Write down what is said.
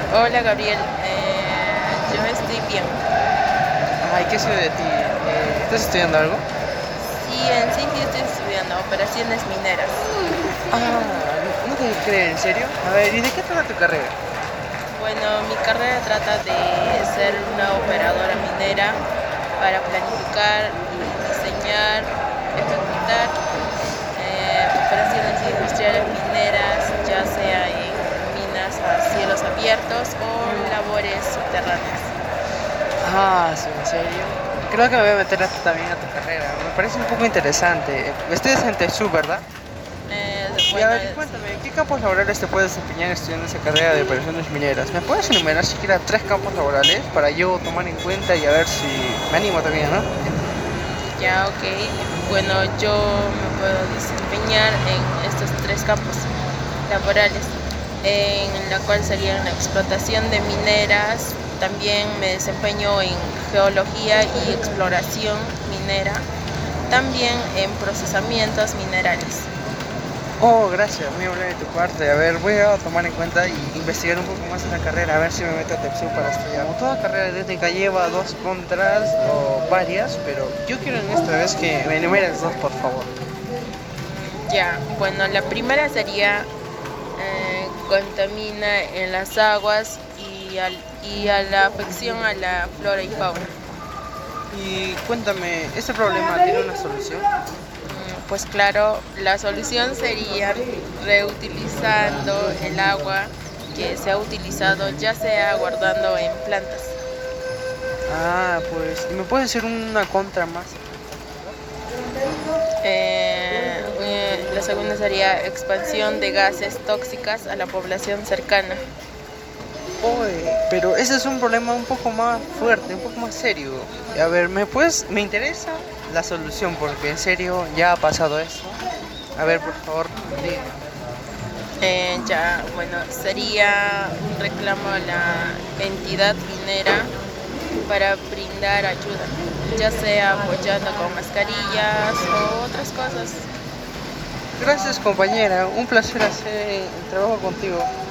Hola Gabriel, yo estoy bien. Ay, ¿qué soy de ti? ¿Estás estudiando algo? Sí, sí estoy estudiando operaciones mineras. No te creo, ¿en serio? A ver, ¿y de qué trata tu carrera? Bueno, mi carrera trata de ser una operadora minera para planificar y diseñar, ejecutar operaciones industriales mineras, ya sea en minas a cielos abiertos o labores subterráneas. Sí, ¿en serio? Creo que me voy a meter también a tu carrera. Me parece un poco interesante. Estudias en TESU, ¿verdad? Y a Bueno, ver, y cuéntame, ¿en qué campos laborales te puedes desempeñar estudiando esa carrera de operaciones mineras? ¿Me puedes enumerar siquiera tres campos laborales para yo tomar en cuenta y a ver si me animo también, ¿no? ya, ok. Bueno, yo me puedo desempeñar en estos tres campos laborales, en la cual sería la explotación de mineras. También me desempeño en geología y exploración minera, también en procesamientos minerales. Oh, gracias, muy amable de tu parte. A ver, voy a tomar en cuenta y investigar un poco más en la carrera, a ver si me meto a TEPSU para estudiar. Como toda carrera técnica lleva dos contras o varias, pero yo quiero en esta vez que me enumeres dos, por favor. Ya, bueno, la primera sería contamina en las aguas y a la afección a la flora y fauna. Y cuéntame, ¿este problema tiene una solución? Pues claro, la solución sería reutilizando el agua que se ha utilizado, ya sea guardando en plantas. Pues, ¿y me puedes decir una contra más, por favor? La segunda sería expansión de gases tóxicas a la población cercana. Oye, pero ese es un problema un poco más fuerte, un poco más serio. A ver, me interesa la solución porque en serio ya ha pasado eso. A ver, por favor, dime. Ya, bueno, sería un reclamo a la entidad minera para brindar ayuda, ya sea apoyando con mascarillas o otras cosas. Gracias, compañera. Un placer hacer el trabajo contigo.